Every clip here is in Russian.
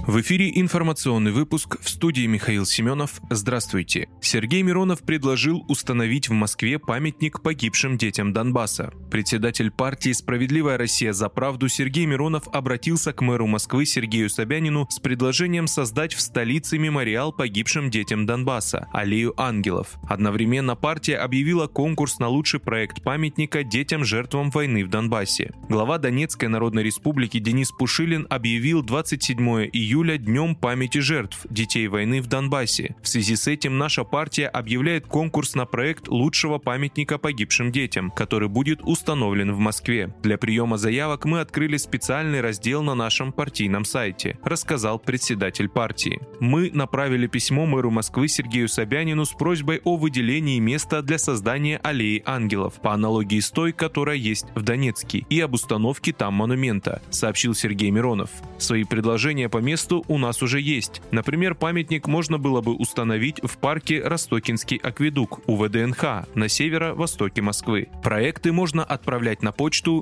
В эфире информационный выпуск, в студии Михаил Семенов. Здравствуйте. Сергей Миронов предложил установить в Москве памятник погибшим детям Донбасса. Председатель партии «Справедливая Россия за правду» Сергей Миронов обратился к мэру Москвы Сергею Собянину с предложением создать в столице мемориал погибшим детям Донбасса – Аллею ангелов. Одновременно партия объявила конкурс на лучший проект памятника детям-жертвам войны в Донбассе. Глава Донецкой Народной Республики Денис Пушилин объявил 27 июля Днем памяти жертв детей войны в Донбассе. В связи с этим наша партия объявляет конкурс на проект лучшего памятника погибшим детям, который будет установлен в Москве. Для приема заявок мы открыли специальный раздел на нашем партийном сайте, рассказал председатель партии. Мы направили письмо мэру Москвы Сергею Собянину с просьбой о выделении места для создания аллеи ангелов, по аналогии с той, которая есть в Донецке, и об установке там монумента, сообщил Сергей Миронов. Свои предложения по месту у нас уже есть. Например, памятник можно было бы установить в парке Ростокинский акведук у ВДНХ на северо-востоке Москвы. Проекты можно отправлять на почту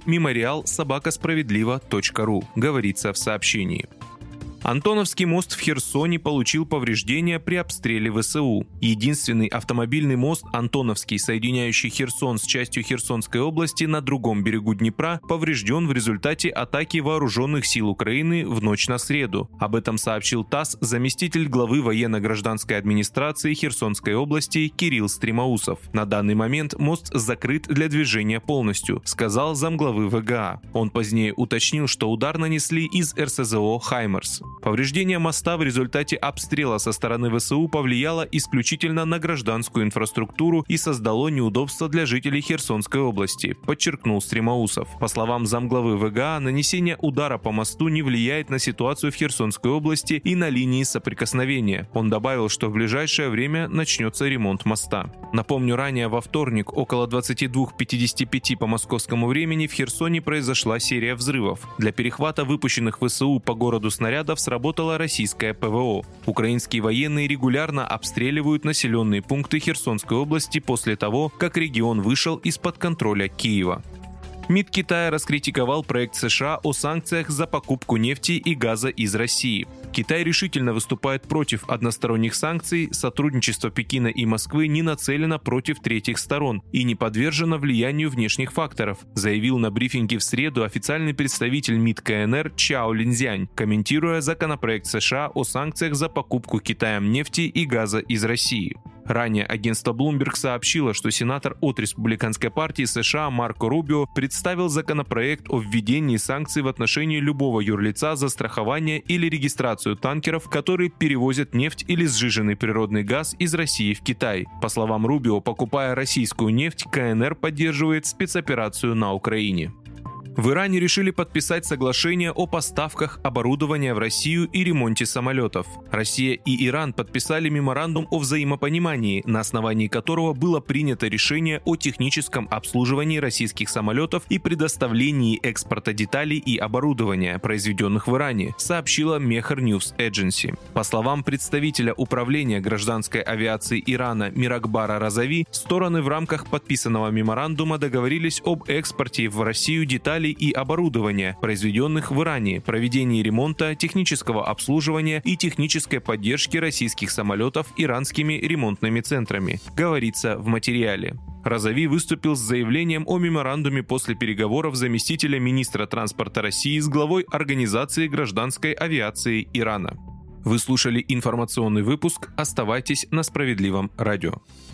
memorial@справедливо.ру, говорится в сообщении. Антоновский мост в Херсоне получил повреждения при обстреле ВСУ. Единственный автомобильный мост Антоновский, соединяющий Херсон с частью Херсонской области на другом берегу Днепра, поврежден в результате атаки вооруженных сил Украины в ночь на среду. Об этом сообщил ТАСС заместитель главы военно-гражданской администрации Херсонской области Кирилл Стремоусов. На данный момент мост закрыт для движения полностью, сказал замглавы ВГА. Он позднее уточнил, что удар нанесли из РСЗО «Хаймерс». Повреждение моста в результате обстрела со стороны ВСУ повлияло исключительно на гражданскую инфраструктуру и создало неудобства для жителей Херсонской области, подчеркнул Стремоусов. По словам замглавы ВГА, нанесение удара по мосту не влияет на ситуацию в Херсонской области и на линии соприкосновения. Он добавил, что в ближайшее время начнется ремонт моста. Напомню, ранее во вторник около 22:55 по московскому времени в Херсоне произошла серия взрывов. Для перехвата выпущенных ВСУ по городу снарядов сработало российское ПВО. Украинские военные регулярно обстреливают населенные пункты Херсонской области после того, как регион вышел из-под контроля Киева. МИД Китая раскритиковал проект США о санкциях за покупку нефти и газа из России. Китай решительно выступает против односторонних санкций, сотрудничество Пекина и Москвы не нацелено против третьих сторон и не подвержено влиянию внешних факторов, заявил на брифинге в среду официальный представитель МИД КНР Чао Линзянь, комментируя законопроект США о санкциях за покупку Китаем нефти и газа из России. Ранее агентство Bloomberg сообщило, что сенатор от Республиканской партии США Марко Рубио представил законопроект о введении санкций в отношении любого юрлица за страхование или регистрацию танкеров, которые перевозят нефть или сжиженный природный газ из России в Китай. По словам Рубио, покупая российскую нефть, КНР поддерживает спецоперацию на Украине. В Иране решили подписать соглашение о поставках оборудования в Россию и ремонте самолетов. Россия и Иран подписали меморандум о взаимопонимании, на основании которого было принято решение о техническом обслуживании российских самолетов и предоставлении экспорта деталей и оборудования, произведенных в Иране, сообщила Mehar News Agency. По словам представителя управления гражданской авиации Ирана Миракбара Разави, стороны в рамках подписанного меморандума договорились об экспорте в Россию деталей и оборудования, произведенных в Иране, проведении ремонта, технического обслуживания и технической поддержки российских самолетов иранскими ремонтными центрами, говорится в материале. Разави выступил с заявлением о меморандуме после переговоров заместителя министра транспорта России с главой Организации гражданской авиации Ирана. Вы слушали информационный выпуск. Оставайтесь на Справедливом радио.